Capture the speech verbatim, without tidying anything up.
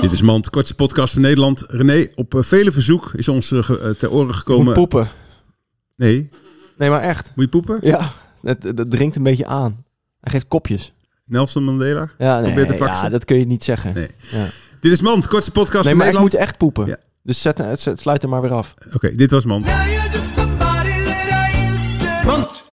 Dit is Mand, kortste podcast van Nederland. René, op uh, vele verzoek is ons uh, ge, ter oren gekomen... Moet poepen. Nee. Nee, maar echt. Moet je poepen? Ja, het, het dringt een beetje aan. Hij geeft kopjes. Nelson Mandela? Ja, nee, Probeer te faxen? ja, dat kun je niet zeggen. Nee. Ja. Dit is Mand, kortste podcast nee, van maar Nederland. ik moet echt poepen. Ja. Dus zet, zet, sluit hem maar weer af. Oké, okay, dit was Mand. Mand.